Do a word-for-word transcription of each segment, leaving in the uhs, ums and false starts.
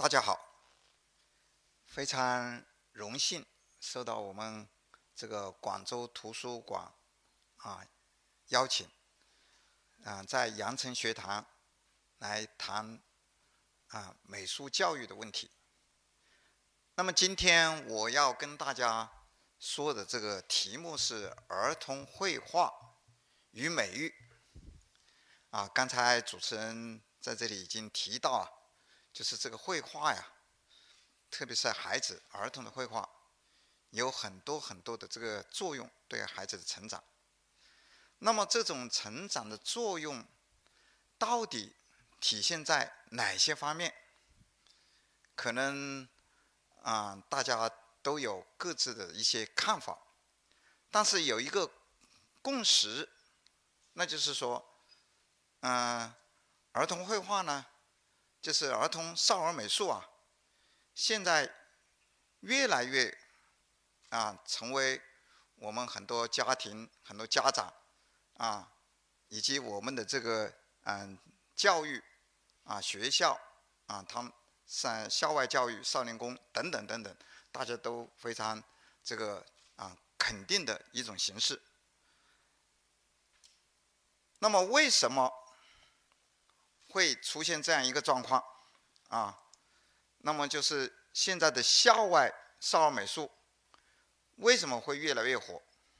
大家好，非常荣幸受到我们这个广州图书馆啊邀请，啊，在羊城学堂来谈啊美术教育的问题。那么今天我要跟大家说的这个题目是儿童绘画与美育。啊，刚才主持人在这里已经提到了，就是这个绘画呀，特别是孩子、儿童的绘画，有很多很多的这个作用对孩子的成长。那么这种成长的作用，到底体现在哪些方面？可能啊，大家都有各自的一些看法，但是有一个共识，那就是说，嗯、儿童绘画呢，就是儿童少儿美术啊，现在越来越啊成为我们很多家庭、很多家长啊，以及我们的这个嗯教育啊学校啊，他们上校外教育、少年宫等等等等，大家都非常这个啊肯定的一种形式。那么为什么会出现这样一个状况啊？那么就是现在的校外少儿美术为什么会越来越火？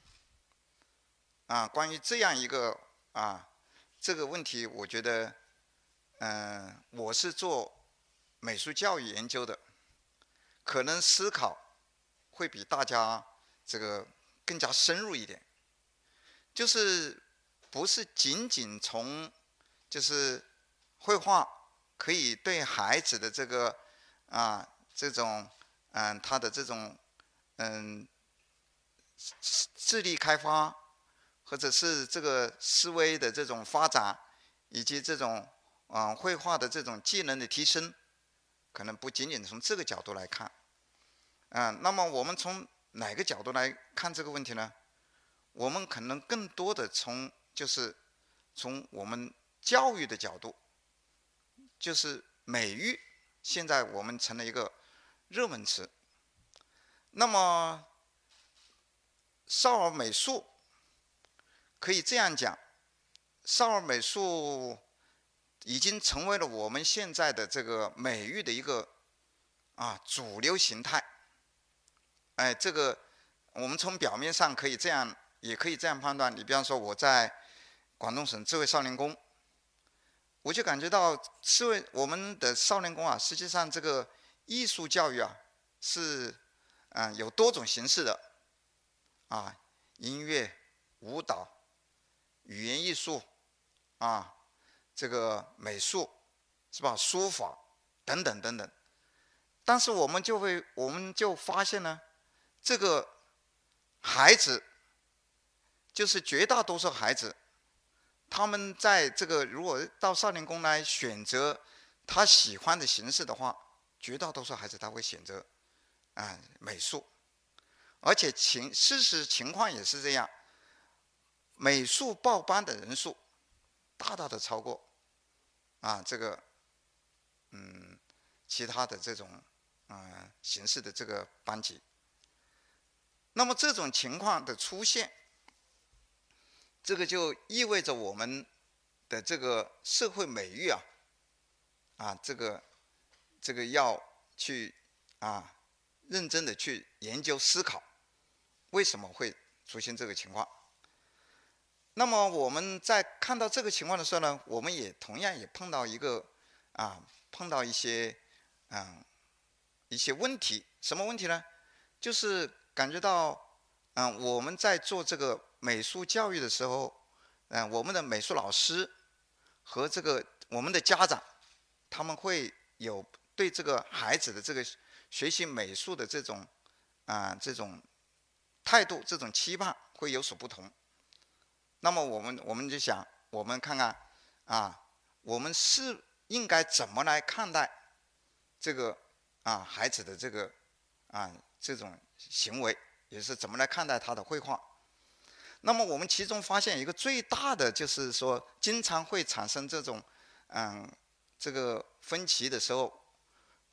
啊，关于这样一个啊这个问题，我觉得，嗯、呃，我是做美术教育研究的，可能思考会比大家这个更加深入一点，就是不是仅仅从就是绘画可以对孩子的这个啊这种嗯他的这种嗯智力开发，或者是这个思维的这种发展，以及这种啊绘画的这种技能的提升，可能不仅仅从这个角度来看。嗯，那么我们从哪个角度来看这个问题呢？我们可能更多的从就是从我们教育的角度，就是美育，现在我们成了一个热门词。那么少儿美术可以这样讲，少儿美术已经成为了我们现在的这个美育的一个啊主流形态。哎，这个我们从表面上可以这样，也可以这样判断。你比方说我在广东省智慧少年宫，我就感觉到智慧我们的少年宫啊，实际上这个艺术教育啊是嗯、呃、有多种形式的啊，音乐、舞蹈、语言艺术啊，这个美术是吧？书法等等等等。但是我们就会，我们就发现呢，这个孩子，就是绝大多数孩子，他们在这个如果到少年宫来选择他喜欢的形式的话，绝大多数孩子他会选择啊、美术，而且情事实情况也是这样，美术报班的人数大大的超过啊这个嗯其他的这种嗯、呃、形式的这个班级。那么这种情况的出现，这个就意味着我们的这个社会美育啊，啊，这个这个要去啊认真的去研究思考，为什么会出现这个情况？那么我们在看到这个情况的时候呢，我们也同样也碰到一个啊碰到一些嗯一些问题，什么问题呢？就是感觉到嗯我们在做这个美术教育的时候，嗯我们的美术老师和这个我们的家长，他们会有对这个孩子的这个学习美术的这种啊、这种态度、这种期盼会有所不同。那么我们我们就想，我们看看啊，我们是应该怎么来看待这个啊孩子的这个啊这种行为，也是怎么来看待他的绘画。那么我们其中发现一个最大的就是说，经常会产生这种嗯这个分歧的时候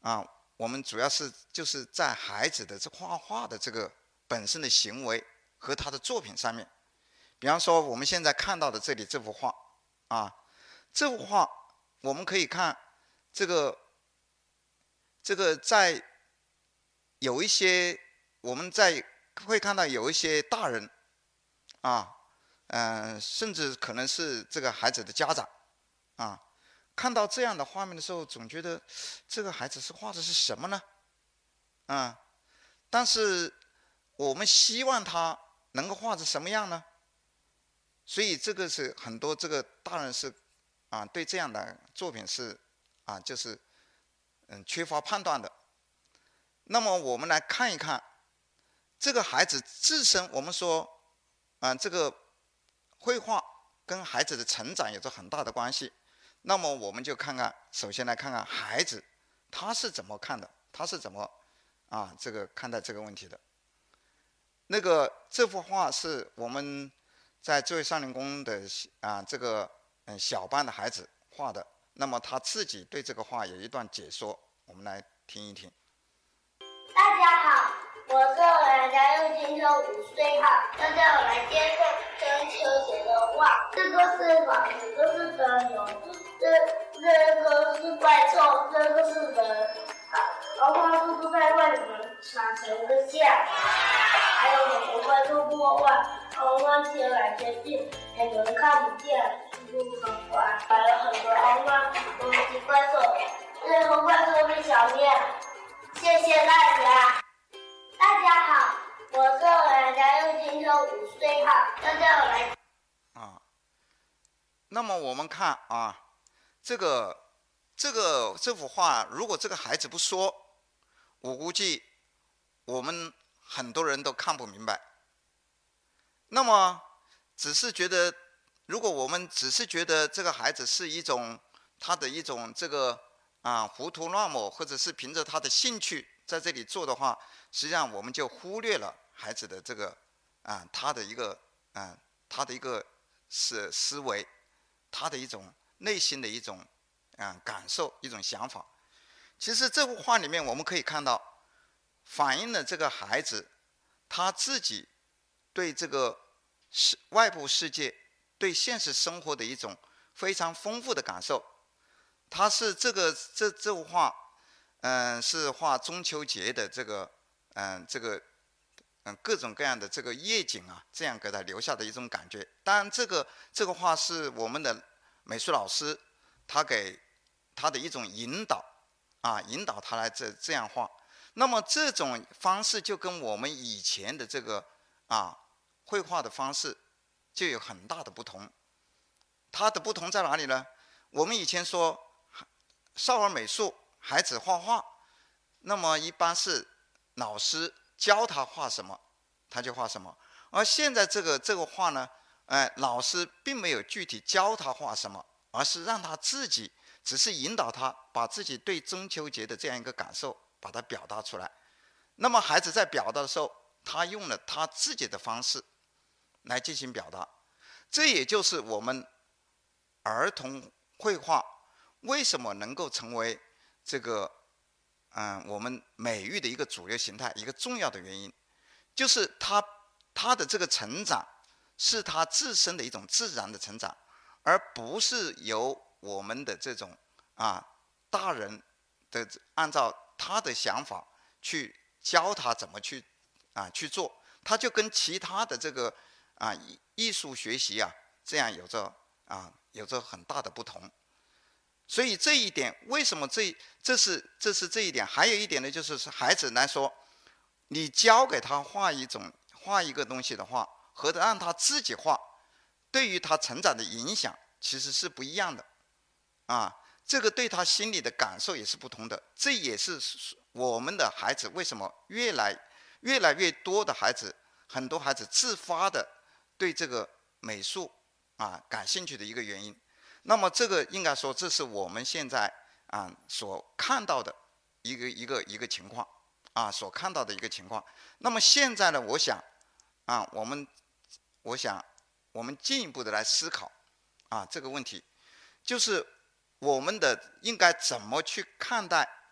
啊，我们主要是就是在孩子的这画画的这个本身的行为和他的作品上面。比方说我们现在看到的这里这幅画啊，这幅画我们可以看这个这个在有一些我们在会看到有一些大人啊，嗯、呃，甚至可能是这个孩子的家长啊，看到这样的画面的时候，总觉得这个孩子是画的是什么呢？啊，但是我们希望他能够画成什么样呢？所以这个是很多这个大人是啊对这样的作品是啊就是嗯缺乏判断的。那么我们来看一看这个孩子自身，我们说啊这个绘画跟孩子的成长有着很大的关系。那么我们就看看，首先来看看孩子他是怎么看的，他是怎么啊这个看待这个问题的。那个这幅画是我们在智慧少年宫的啊这个嗯小班的孩子画的，那么他自己对这个画有一段解说，我们来听一听。 大家好，我是我家又今天五岁哈，现在我来介绍中秋节的画。这个是房子，这是灯笼，这这个是怪兽，这个是人。然后他是在外面穿成个线，还有很多怪兽破坏，然后乱切来切去，很多人看不见，速度很快，还有很多人乱攻击怪兽，最后怪兽被消灭。谢谢大家。大家好，我是我家又今天五岁哈，现在我来。 啊，那么我们看啊，这个这个这幅画，如果这个孩子不说，我估计我们很多人都看不明白。那么只是觉得，如果我们只是觉得这个孩子是一种他的一种这个啊胡涂乱抹，或者是凭着他的兴趣在这里做的话，实际上我们就忽略了孩子的这个啊他的一个啊他的一个思思维，他的一种内心的一种啊感受，一种想法。其实这幅画里面我们可以看到，反映了这个孩子他自己对这个世外部世界、对现实生活的一种非常丰富的感受。他是这个这这幅画，嗯、呃，是画中秋节的这个嗯、呃、这个嗯各种各样的这个夜景啊，这样给他留下的一种感觉。当然，这个这个画是我们的美术老师他给他的一种引导。啊，引导他来这这样画，那么这种方式就跟我们以前的这个啊绘画的方式就有很大的不同。它的不同在哪里呢？我们以前说少儿美术，孩子画画，那么一般是老师教他画什么，他就画什么。而现在这个这个画呢，哎，老师并没有具体教他画什么，而是让他自己。只是引导他把自己对中秋节的这样一个感受把它表达出来。那么孩子在表达的时候，他用了他自己的方式来进行表达。这也就是我们儿童绘画为什么能够成为这个嗯我们美育的一个主流形态，一个重要的原因，就是他他的这个成长是他自身的一种自然的成长，而不是由我们的这种啊大人的按照他的想法去教他怎么去啊去做，他就跟其他的这个啊艺术学习啊这样有着啊有着很大的不同。所以这一点为什么这这是这是这一点，还有一点呢，就是孩子来说，你教给他画一种画一个东西的话，和让他自己画，对于他成长的影响其实是不一样的。啊，这个对他心里的感受也是不同的。这也是我们的孩子为什么越来越来越多的孩子，很多孩子自发的对这个美术啊感兴趣的一个原因。那么这个应该说，这是我们现在啊所看到的一个一个一个情况啊，所看到的一个情况。那么现在呢，我想啊，我们我想我们进一步的来思考啊这个问题，就是。我们的应该怎么去看待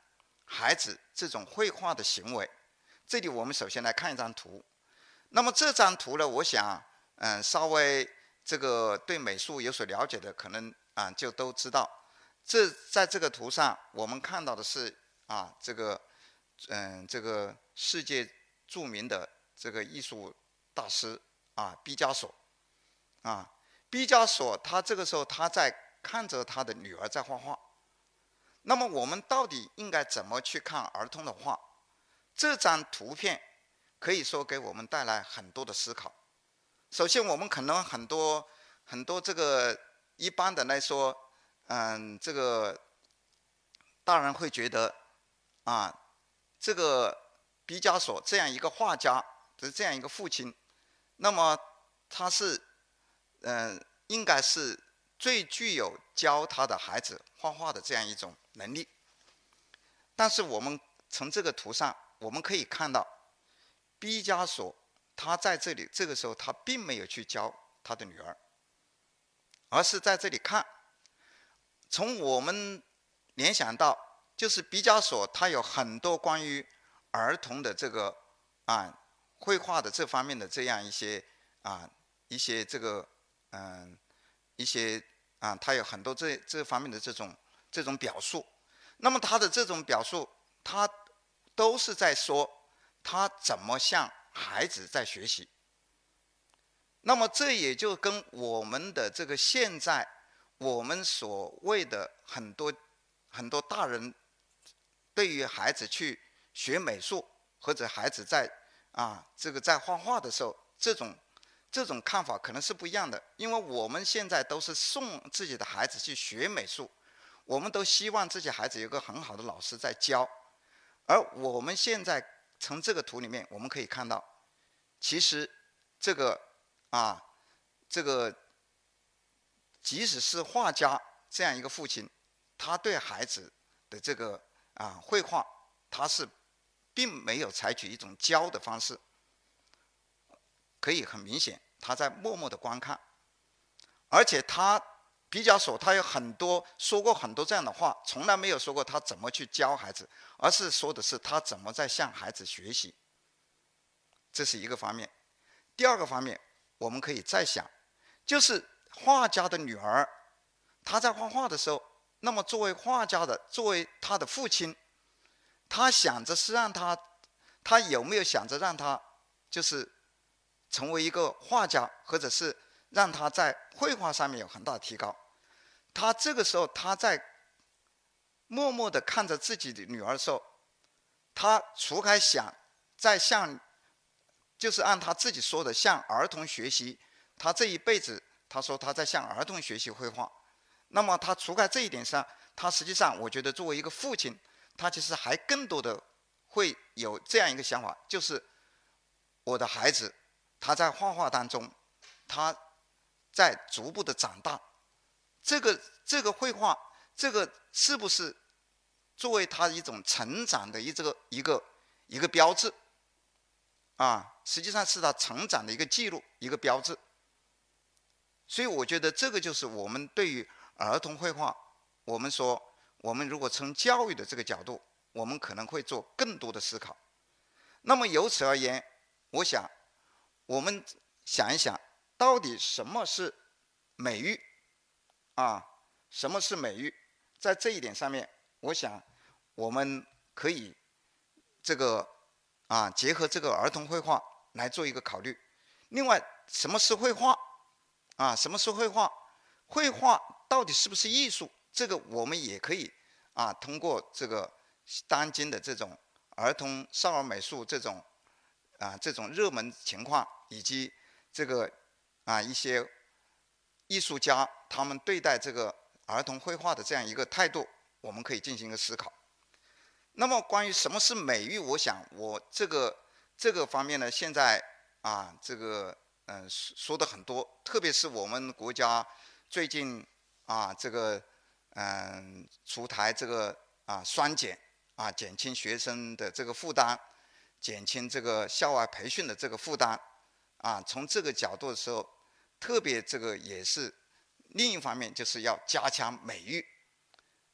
孩子这种绘画的行为。这里我们首先来看一张图。那么这张图呢，我想，嗯，稍微这个对美术有所了解的，可能啊就都知道。这在这个图上，我们看到的是啊，这个，嗯，这个世界著名的这个艺术大师啊，毕加索，啊，毕加索他这个时候他在看着他的女儿在画画。那么我们到底应该怎么去看儿童的画？这张图片可以说给我们带来很多的思考。首先，我们可能很多很多这个一般的来说，嗯，这个大人会觉得啊，这个毕加索这样一个画家的这样一个父亲，那么他是嗯、呃，应该是最具有教他的孩子画画的这样一种能力。但是我们从这个图上我们可以看到，毕加索他在这里这个时候他并没有去教他的女儿，而是在这里看。从我们联想到，就是毕加索他有很多关于儿童的这个啊绘画的这方面的这样一些啊一些这个嗯一些啊他有很多这这方面的这种这种表述。那么他的这种表述，他都是在说他怎么向孩子在学习。那么这也就跟我们的这个现在我们所谓的很多很多大人对于孩子去学美术，或者孩子在啊这个在画画的时候，这种这种看法可能是不一样的。因为我们现在都是送自己的孩子去学美术，我们都希望自己孩子有个很好的老师在教。而我们现在从这个图里面我们可以看到，其实这个啊这个即使是画家这样一个父亲，他对孩子的这个啊绘画，他是并没有采取一种教的方式，可以很明显他在默默的观看。而且他毕加索他有很多说过很多这样的话，从来没有说过他怎么去教孩子，而是说的是他怎么在向孩子学习。这是一个方面。第二个方面，我们可以再想，就是画家的女儿，她在画画的时候，那么作为画家的，作为他的父亲，他想着是让他，他有没有想着让他就是成为一个画家，或者是让他在绘画上面有很大的提高？他这个时候他在默默地看着自己的女儿的时候，他除开想在向，就是按他自己说的向儿童学习，他这一辈子他说他在向儿童学习绘画。那么他除开这一点上，他实际上我觉得作为一个父亲，他其实还更多的会有这样一个想法，就是我的孩子他在画画当中，他在逐步的长大。这个这个绘画，这个是不是作为他一种成长的一这个一个一个标志啊？实际上是他成长的一个记录，一个标志。所以我觉得这个就是我们对于儿童绘画，我们说我们如果从教育的这个角度，我们可能会做更多的思考。那么由此而言，我想我们想一想，到底什么是美育啊？什么是美育？在这一点上面，我想我们可以这个啊结合这个儿童绘画来做一个考虑。另外，什么是绘画啊？什么是绘画？绘画到底是不是艺术？这个我们也可以啊通过这个当今的这种儿童少儿美术这种啊这种热门情况，以及这个啊一些艺术家他们对待这个儿童绘画的这样一个态度，我们可以进行一个思考。那么关于什么是美育，我想我这个这个方面呢，现在啊这个嗯、呃、说的很多，特别是我们国家最近啊这个嗯、呃、出台这个啊双减啊，减轻学生的这个负担，减轻这个校外培训的这个负担啊。从这个角度的时候，特别这个也是另一方面，就是要加强美育。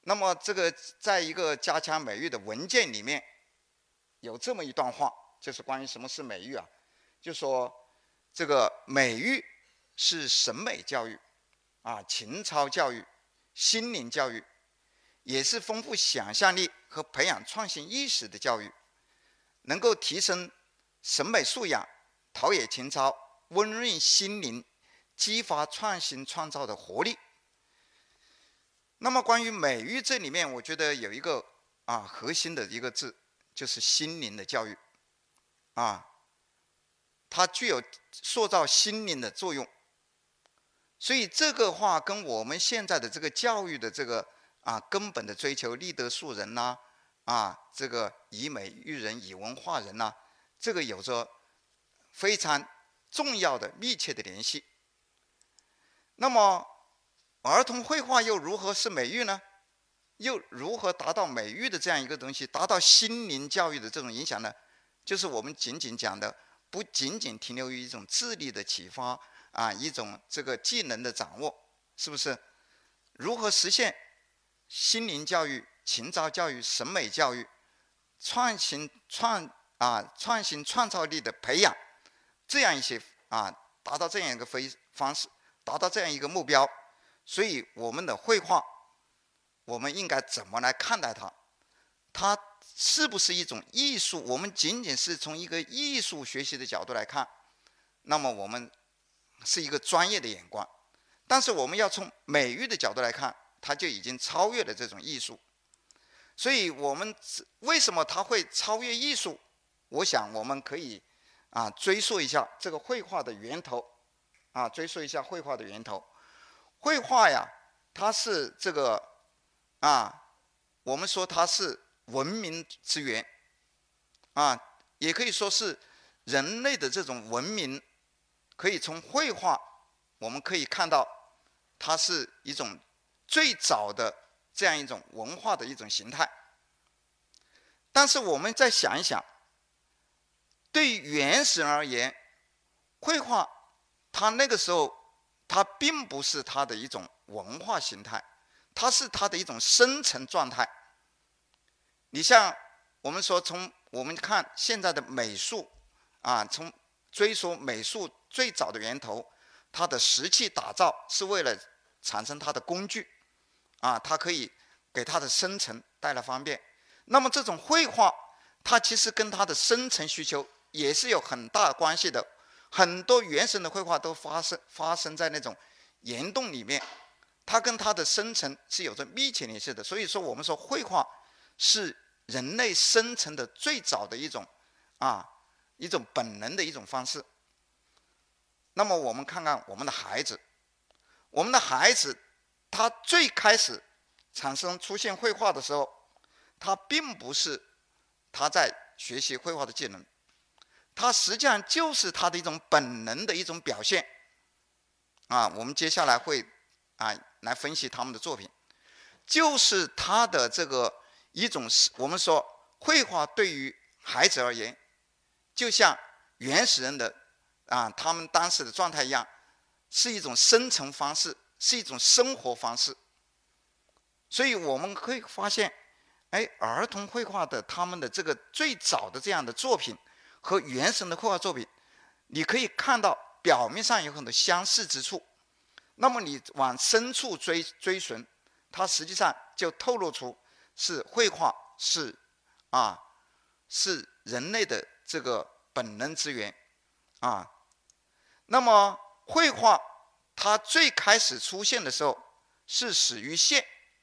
那么这个在一个加强美育的文件里面，有这么一段话，就是关于什么是美育啊？就说这个美育是审美教育，啊，情操教育、心灵教育，也是丰富想象力和培养创新意识的教育，能够提升审美素养、陶冶情操、温润心灵、激发创新创造的活力。那么关于美育这里面，我觉得有一个啊核心的一个字，就是心灵的教育，啊，它具有塑造心灵的作用。所以这个话跟我们现在的这个教育的这个啊根本的追求，立德树人呐、啊，啊，这个以美育人，以文化人呐、啊，这个有着非常重要的密切的联系。那么儿童绘画又如何是美育呢？又如何达到美育的这样一个东西，达到心灵教育的这种影响呢？就是我们仅仅讲的，不仅仅停留于一种智力的启发啊，一种这个技能的掌握，是不是？如何实现心灵教育、情操教育、审美教育、创新创啊创新创造力的培养，这样一些啊，达到这样一个非方式，达到这样一个目标。所以我们的绘画，我们应该怎么来看待它？它是不是一种艺术？我们仅仅是从一个艺术学习的角度来看，那么我们是一个专业的眼光。但是我们要从美育的角度来看，它就已经超越了这种艺术。所以我们为什么它会超越艺术？我想我们可以啊追溯一下这个绘画的源头，啊追溯一下绘画的源头。绘画呀，它是这个啊，我们说它是文明之源，啊，也可以说是人类的这种文明，可以从绘画，我们可以看到，它是一种最早的这样一种文化的一种形态。但是我们再想一想，对于原始人而言，绘画它那个时候，它并不是它的一种文化形态，它是它的一种生成状态。你像我们说，从我们看现在的美术啊，从追溯美术最早的源头，它的石器打造是为了产生它的工具啊，它可以给它的生成带来方便。那么这种绘画，它其实跟它的生成需求也是有很大关系的。很多原始的绘画都发生发生在那种岩洞里面，它跟它的生成是有着密切联系的。所以说，我们说绘画是人类生成的最早的一种啊一种本能的一种方式。那么我们看看我们的孩子，我们的孩子他最开始产生出现绘画的时候，他并不是他在学习绘画的技能，它实际上就是它的一种本能的一种表现啊。我们接下来会啊来分析他们的作品，就是他的这个一种，我们说绘画对于孩子而言，就像原始人的啊他们当时的状态一样，是一种生成方式，是一种生活方式。所以我们可以发现，哎，儿童绘画的他们的这个最早的这样的作品和原始的绘画作品，你可以看到表面上有很多相似之处，那么你往深处追追寻，它实际上就透露出是绘画是啊是人类的这个本能之源啊。那么绘画它最开始出现的时候是始于线，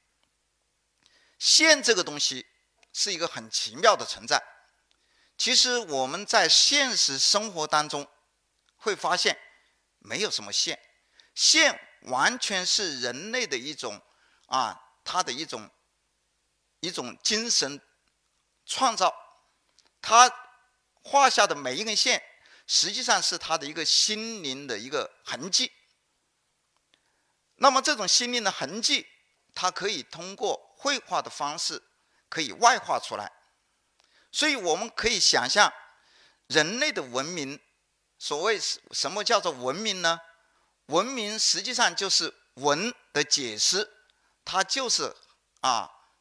线这个东西是一个很奇妙的存在。其实我们在现实生活当中会发现没有什么线，线完全是人类的一种啊，它的一种一种精神创造。他画下的每一根线，实际上是他的一个心灵的一个痕迹。那么这种心灵的痕迹，它可以通过绘画的方式可以外化出来。所以我们可以想象，人类的文明，所谓什么叫做文明呢？文明实际上就是文的解释，它就是啊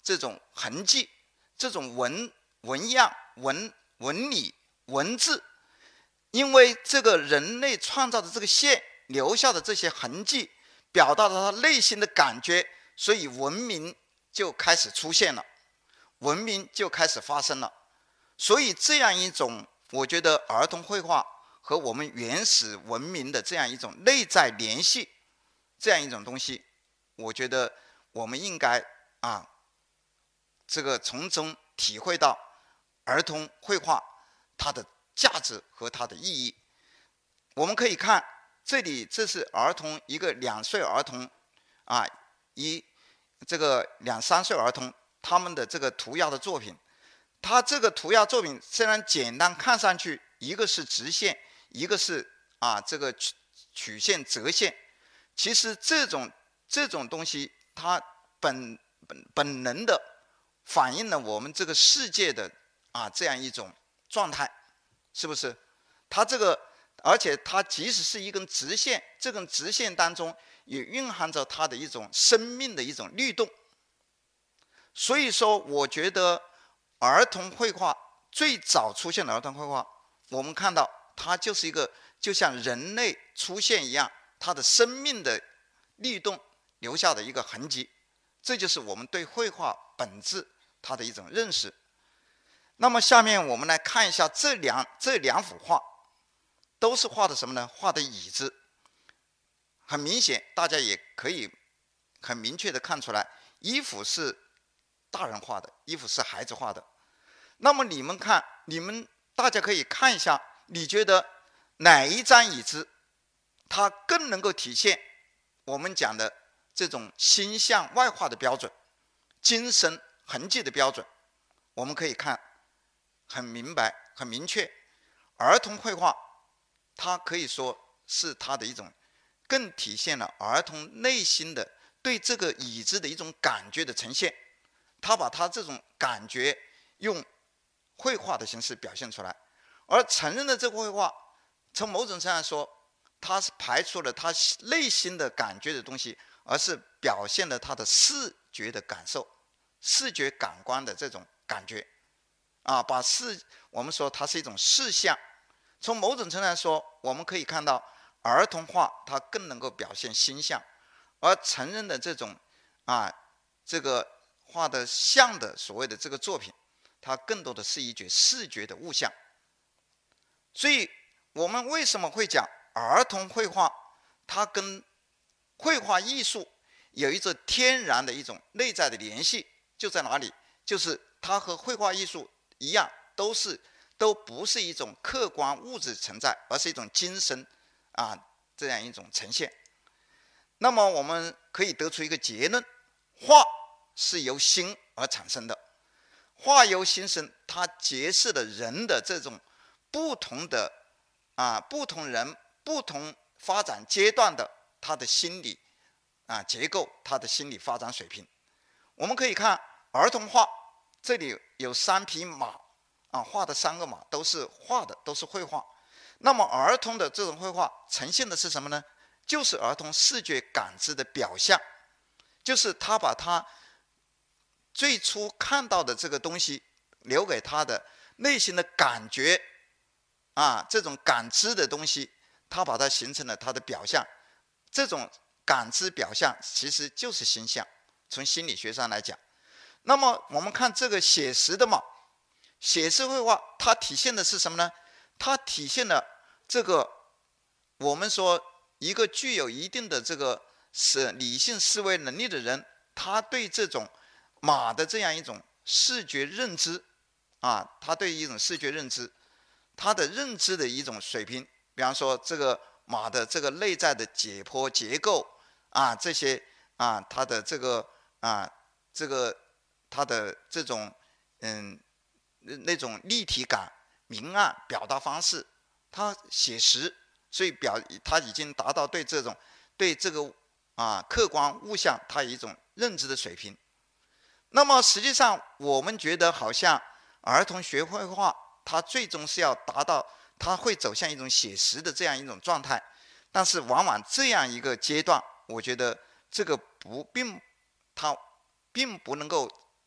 这种痕迹，这种纹纹样、纹纹理、文字，因为这个人类创造的这个线留下的这些痕迹，表达了他内心的感觉，所以文明就开始出现了，文明就开始发生了。所以这样一种，我觉得儿童绘画和我们原始文明的这样一种内在联系，这样一种东西，我觉得我们应该啊，这个从中体会到儿童绘画它的价值和它的意义。我们可以看这里，这是儿童一个两岁儿童啊，一这个两三岁儿童他们的这个涂鸦的作品。他这个涂鸦作品虽然简单，看上去一个是直线，一个是啊这个曲曲线折线，其实这种这种东西，它本本本能的反映了我们这个世界的啊这样一种状态，是不是？它这个，而且它即使是一根直线，这根直线当中也蕴含着它的一种生命的一种律动。所以说，我觉得儿童绘画最早出现的儿童绘画，我们看到它就是一个就像人类出现一样，它的生命的律动留下的一个痕迹，这就是我们对绘画本质它的一种认识。那么下面我们来看一下这两这两幅画，都是画的什么呢？画的椅子。很明显，大家也可以很明确的看出来，衣服是大人画的，衣服是孩子画的。那么你们看，你们大家可以看一下，你觉得哪一张椅子它更能够体现我们讲的这种形象外化的标准、精神痕迹的标准？我们可以看很明白、很明确，儿童绘画它可以说是它的一种更体现了儿童内心的对这个椅子的一种感觉的呈现。他把他这种感觉用绘画的形式表现出来，而成人的这个绘画，从某种程度上说，它是排除了他内心的感觉的东西，而是表现了他的视觉的感受、视觉感官的这种感觉，啊，把视我们说它是一种视像。从某种程度上说，我们可以看到儿童画它更能够表现心象，而成人的这种啊这个画的像的所谓的这个作品，它更多的是一种视觉的物象。所以我们为什么会讲儿童绘画它跟绘画艺术有一种天然的一种内在的联系，就在哪里？就是它和绘画艺术一样，都是都不是一种客观物质存在，而是一种精神啊这样一种呈现。那么我们可以得出一个结论：画是由心而产生的，画由心生，它揭示了人的这种不同的啊不同人不同发展阶段的他的心理啊结构，他的心理发展水平。我们可以看儿童画，这里有三匹马啊，画的三个马都是画的，都是绘画。那么儿童的这种绘画呈现的是什么呢？就是儿童视觉感知的表象，就是他把他最初看到的这个东西留给他的内心的感觉啊，这种感知的东西，他把它形成了他的表象。这种感知表象其实就是心象，从心理学上来讲。那么我们看这个写实的马，写实绘画它体现的是什么呢？它体现了这个我们说一个具有一定的这个是理性思维能力的人，他对这种马的这样一种视觉认知啊，他对一种视觉认知，他的认知的一种水平，比方说这个马的这个内在的解剖结构啊，这些啊，它的这个啊，这个它的这种嗯那种立体感、明暗表达方式，它写实，所以表它已经达到对这种对这个啊客观物象它有一种认知的水平。那么实际上我们觉得好像儿童学绘画，它最终是要达到它会走向一种写实的这样一种状态，但是往往这样一个阶段，我觉得这个不并它并不能够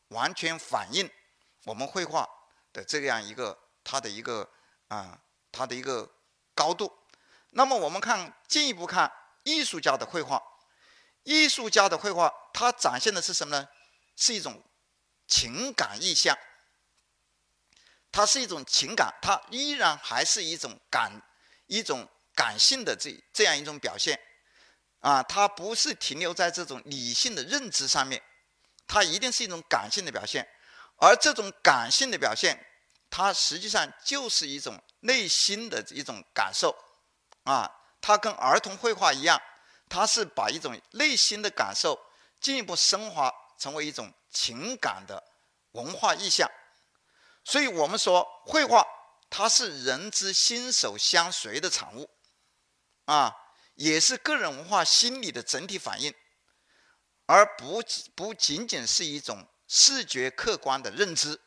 完全反映我们绘画的这样一个它的一个啊它的一个高度。那么我们看进一步看艺术家的绘画，艺术家的绘画它展现的是什么呢？是一种情感意象，它是一种情感，它依然还是一种感一种感性的这这样一种表现啊，它不是停留在这种理性的认知上面，它一定是一种感性的表现。而这种感性的表现，它实际上就是一种内心的一种感受啊，它跟儿童绘画一样，它是把一种内心的感受进一步升华成为一种情感的文化意象。所以我们说绘画它是人之心手相随的产物啊，也是个人文化心理的整体反应，而不不仅仅是一种视觉客观的认知。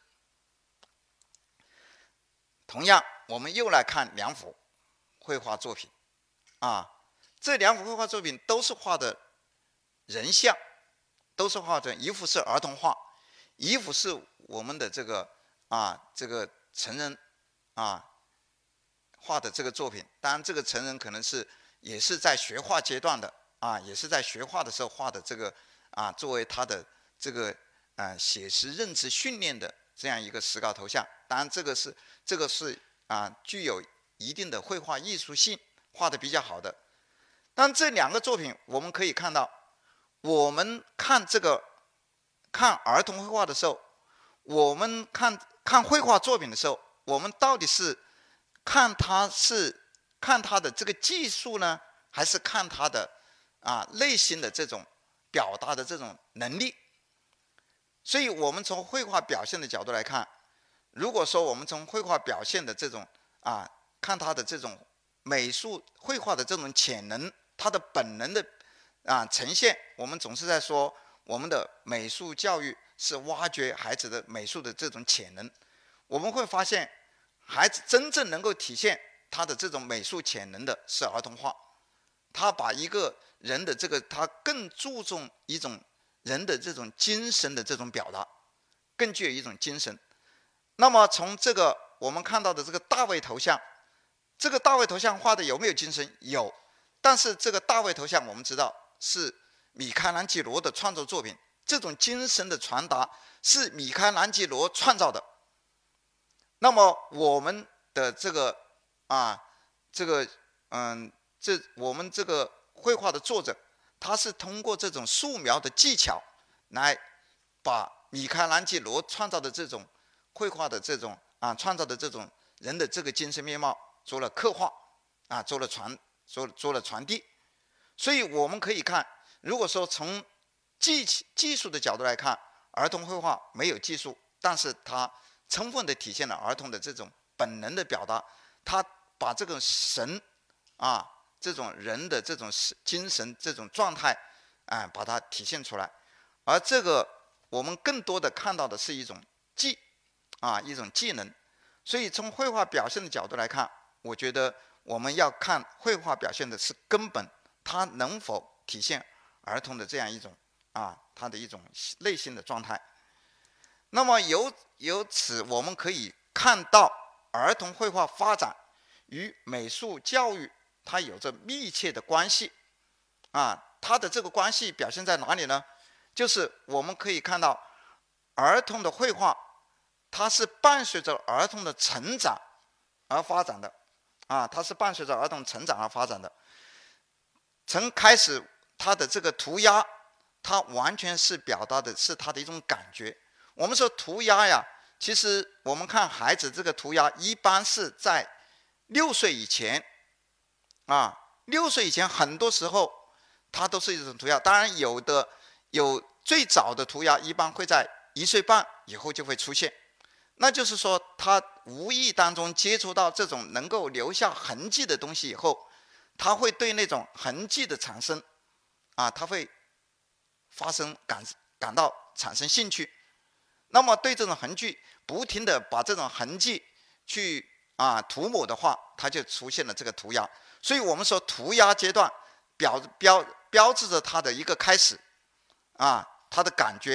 同样我们又来看两幅绘画作品啊，这两幅绘画作品都是画的人像，都是画的，一幅是儿童画，一幅是我们的这个啊这个成人啊画的这个作品。当然这个成人可能是也是在学画阶段的啊，也是在学画的时候画的这个啊，作为他的这个啊写实认知训练的这样一个石膏头像。当然这个是这个是啊具有一定的绘画艺术性，画的比较好的。但这两个作品我们可以看到，我们看这个看儿童绘画的时候，我们看看绘画作品的时候，我们到底是看它是看它的这个技术呢，还是看它的啊内心的这种表达的这种能力？所以我们从绘画表现的角度来看，如果说我们从绘画表现的这种啊看它的这种美术绘画的这种潜能，它的本能的啊呈现，我们总是在说我们的美术教育是挖掘孩子的美术的这种潜能。我们会发现孩子真正能够体现他的这种美术潜能的是儿童画，他把一个人的这个他更注重一种人的这种精神的这种表达，更具有一种精神。那么从这个我们看到的这个大卫头像，这个大卫头像画的有没有精神？有。但是这个大卫头像我们知道是米开朗基罗的创作作品，这种精神的传达是米开朗基罗创造的。那么我们的这个啊这个嗯这我们这个绘画的作者，他是通过这种素描的技巧来把米开朗基罗创造的这种绘画的这种啊创造的这种人的这个精神面貌做了刻画啊，做了传做做了传递。所以我们可以看，如果说从技技术的角度来看，儿童绘画没有技术，但是它充分的体现了儿童的这种本能的表达，他把这个神啊这种人的这种精神这种状态啊把它体现出来。而这个我们更多的看到的是一种技啊一种技能。所以从绘画表现的角度来看，我觉得我们要看绘画表现的是根本，它能否体现儿童的这样一种啊他的一种内心的状态。那么由由此我们可以看到儿童绘画发展与美术教育它有着密切的关系啊，它的这个关系表现在哪里呢？就是我们可以看到儿童的绘画它是伴随着儿童的成长而发展的啊，它是伴随着儿童成长而发展的。从开始它的这个涂鸦，它完全是表达的是他的一种感觉。我们说涂鸦呀，其实我们看孩子这个涂鸦一般是在六岁以前啊，六岁以前很多时候它都是一种涂鸦。当然有的有最早的涂鸦一般会在一岁半以后就会出现，那就是说他无意当中接触到这种能够留下痕迹的东西以后，他会对那种痕迹的产生啊，他会发生感感到产生兴趣。那么对这种痕迹不停的把这种痕迹去啊涂抹的话，它就出现了这个涂鸦。所以我们说涂鸦阶段表标标志着它的一个开始啊，它的感觉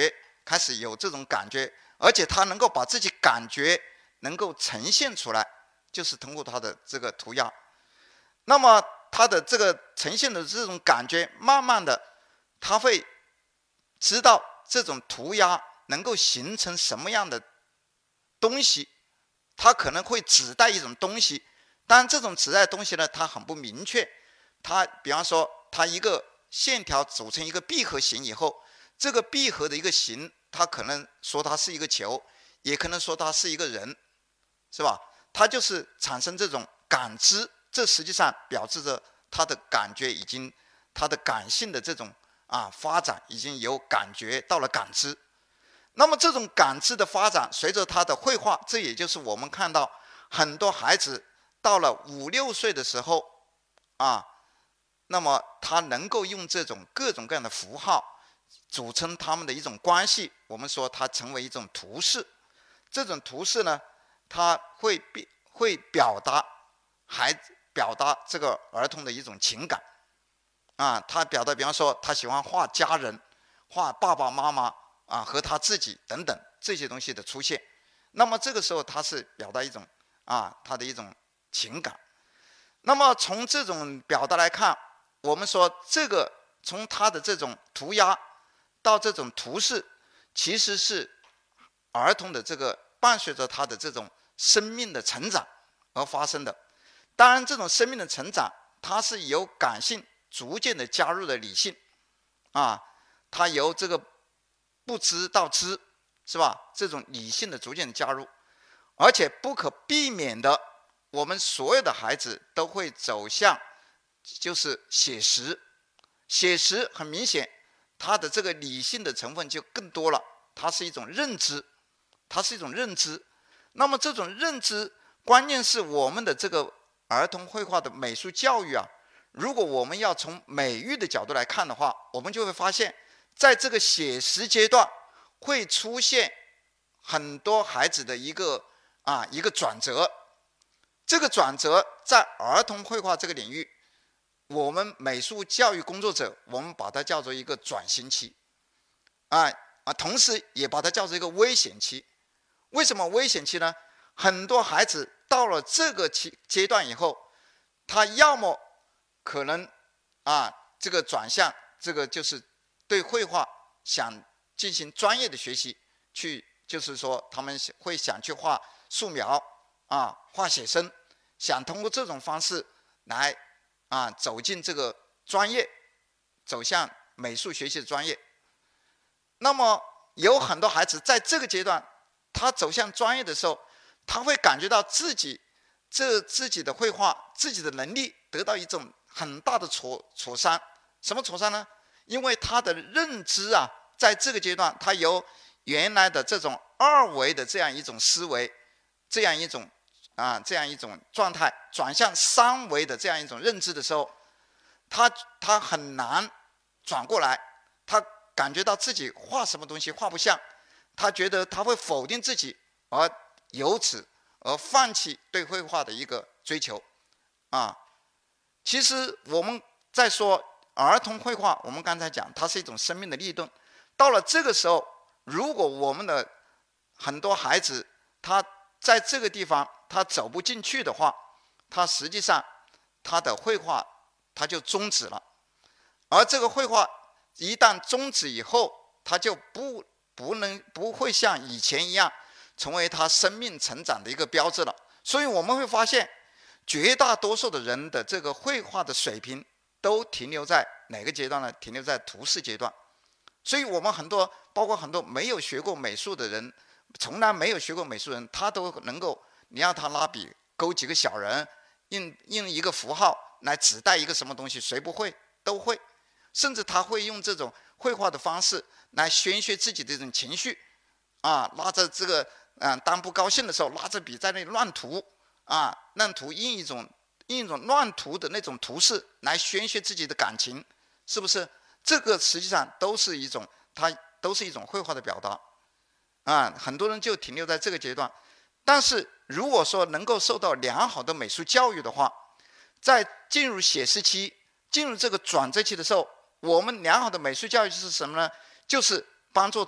开始有这种感觉，而且他能够把自己感觉能够呈现出来，就是通过他的这个涂鸦。那么他的这个呈现的这种感觉，慢慢的他会知道这种涂鸦能够形成什么样的东西，他可能会指代一种东西，但这种指代的东西呢，它很不明确。它比方说，它一个线条组成一个闭合形以后，这个闭合的一个形，它可能说它是一个球，也可能说它是一个人，是吧？它就是产生这种感知，这实际上表示着他的感觉已经，他的感性的这种啊发展已经由感觉到了感知。那么这种感知的发展，随着他的绘画，这也就是我们看到很多孩子到了五六岁的时候啊，那么他能够用这种各种各样的符号组成他们的一种关系，我们说它成为一种图示。这种图示呢，它会会表达孩子表达这个儿童的一种情感啊，他表达，比方说他喜欢画家人，画爸爸妈妈啊和他自己等等这些东西的出现。那么这个时候他是表达一种啊他的一种情感。那么从这种表达来看，我们说这个从他的这种涂鸦到这种图示，其实是儿童的这个伴随着他的这种生命的成长而发生的。当然这种生命的成长，它是由感性逐渐的加入了理性啊，它由这个不知到知，是吧？这种理性的逐渐的加入，而且不可避免的，我们所有的孩子都会走向就是写实。写实很明显，它的这个理性的成分就更多了，它是一种认知，它是一种认知。那么这种认知，关键是我们的这个儿童绘画的美术教育啊，如果我们要从美育的角度来看的话，我们就会发现，在这个写实阶段会出现很多孩子的一个啊一个转折。这个转折在儿童绘画这个领域，我们美术教育工作者，我们把它叫做一个转型期啊啊，同时也把它叫做一个危险期。为什么危险期呢？很多孩子到了这个期阶段以后，他要么可能啊这个转向这个就是对绘画想进行专业的学习，去就是说他们会想去画素描啊画写生，想通过这种方式来啊走进这个专业，走向美术学习的专业。那么有很多孩子在这个阶段，他走向专业的时候，他会感觉到自己这自己的绘画自己的能力得到一种很大的挫挫伤。什么挫伤呢？因为他的认知啊在这个阶段，他由原来的这种二维的这样一种思维，这样一种啊这样一种状态，转向三维的这样一种认知的时候，他他很难转过来，他感觉到自己画什么东西画不像，他觉得他会否定自己，而由此而放弃对绘画的一个追求啊。其实我们在说儿童绘画，我们刚才讲它是一种生命的立顿。到了这个时候，如果我们的很多孩子他在这个地方他走不进去的话，他实际上他的绘画他就终止了。而这个绘画一旦终止以后，他就不不能不会像以前一样成为他生命成长的一个标志了。所以我们会发现，绝大多数的人的这个绘画的水平都停留在哪个阶段呢？停留在图示阶段。所以我们很多包括很多没有学过美术的人，从来没有学过美术人，他都能够，你让他拉笔勾几个小人，印印一个符号来指代一个什么东西，谁不会？都会。甚至他会用这种绘画的方式来宣泄自己的这种情绪啊，拉着这个嗯，当不高兴的时候拉着笔在那里乱涂啊，乱涂印一种印一种乱涂的那种图示来宣泄自己的感情，是不是？这个实际上都是一种，它都是一种绘画的表达啊。很多人就停留在这个阶段。但是如果说能够受到良好的美术教育的话，在进入写实期进入这个转折期的时候，我们良好的美术教育是什么呢？就是帮助他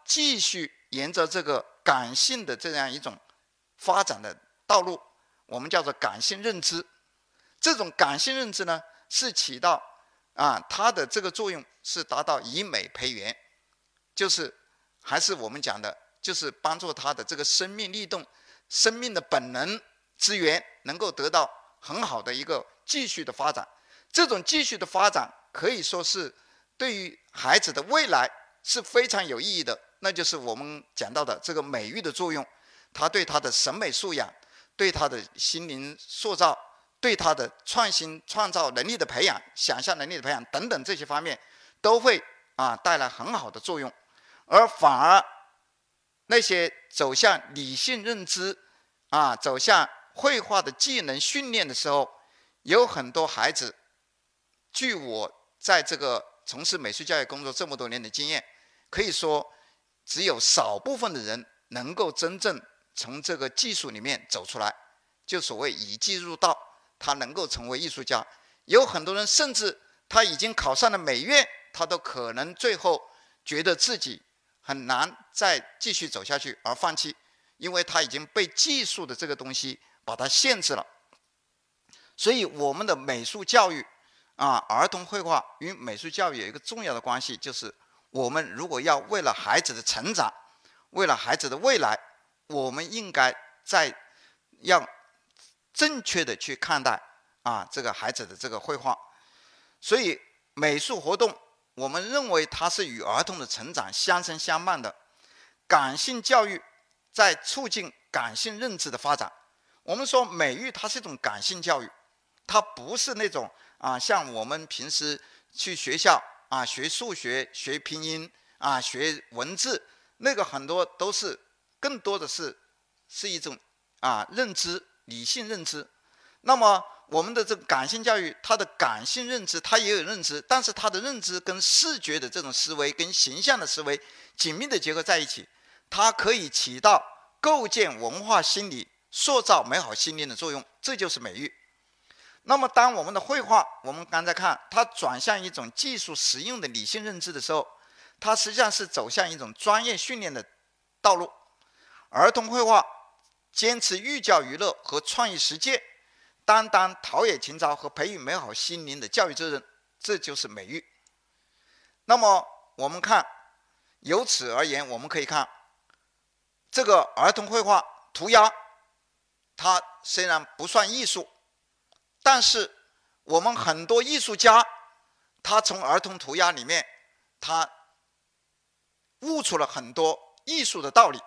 继续沿着这个感性的这样一种发展的道路，我们叫做感性认知。这种感性认知呢，是起到啊，它的这个作用是达到以美培元，就是还是我们讲的，就是帮助它的这个生命力动、生命的本能资源能够得到很好的一个继续的发展。这种继续的发展可以说是对于孩子的未来是非常有意义的，那就是我们讲到的这个美育的作用，它对他的审美素养、对他的心灵塑造、对他的创新创造能力的培养、想象能力的培养等等这些方面都会啊带来很好的作用。而反而那些走向理性认知啊走向绘画的技能训练的时候，有很多孩子，据我在这个从事美术教育工作这么多年的经验，可以说只有少部分的人能够真正从这个技术里面走出来，就所谓以技入道，他能够成为艺术家。有很多人甚至他已经考上了美院，他都可能最后觉得自己很难再继续走下去而放弃，因为他已经被技术的这个东西把它限制了。所以我们的美术教育啊，儿童绘画与美术教育有一个重要的关系，就是我们如果要为了孩子的成长，为了孩子的未来，我们应该在要正确的去看待啊这个孩子的这个绘画。所以美术活动我们认为它是与儿童的成长相生相伴的。感性教育在促进感性认知的发展。我们说美育它是一种感性教育，它不是那种啊像我们平时去学校啊学数学、学拼音啊学文字，那个很多都是更多的是是一种啊认知，理性认知。那么我们的这个感性教育，它的感性认知它也有认知，但是它的认知跟视觉的这种思维跟形象的思维紧密的结合在一起，它可以起到构建文化心理、塑造美好心灵的作用，这就是美育。那么当我们的绘画，我们刚才看它转向一种技术实用的理性认知的时候，它实际上是走向一种专业训练的道路。儿童绘画坚持寓教于乐和创意实践，担当陶冶情操和培育美好心灵的教育责任，这就是美育。那么我们看，由此而言，我们可以看这个儿童绘画涂鸦，它虽然不算艺术，但是我们很多艺术家，他从儿童涂鸦里面，他悟出了很多艺术的道理。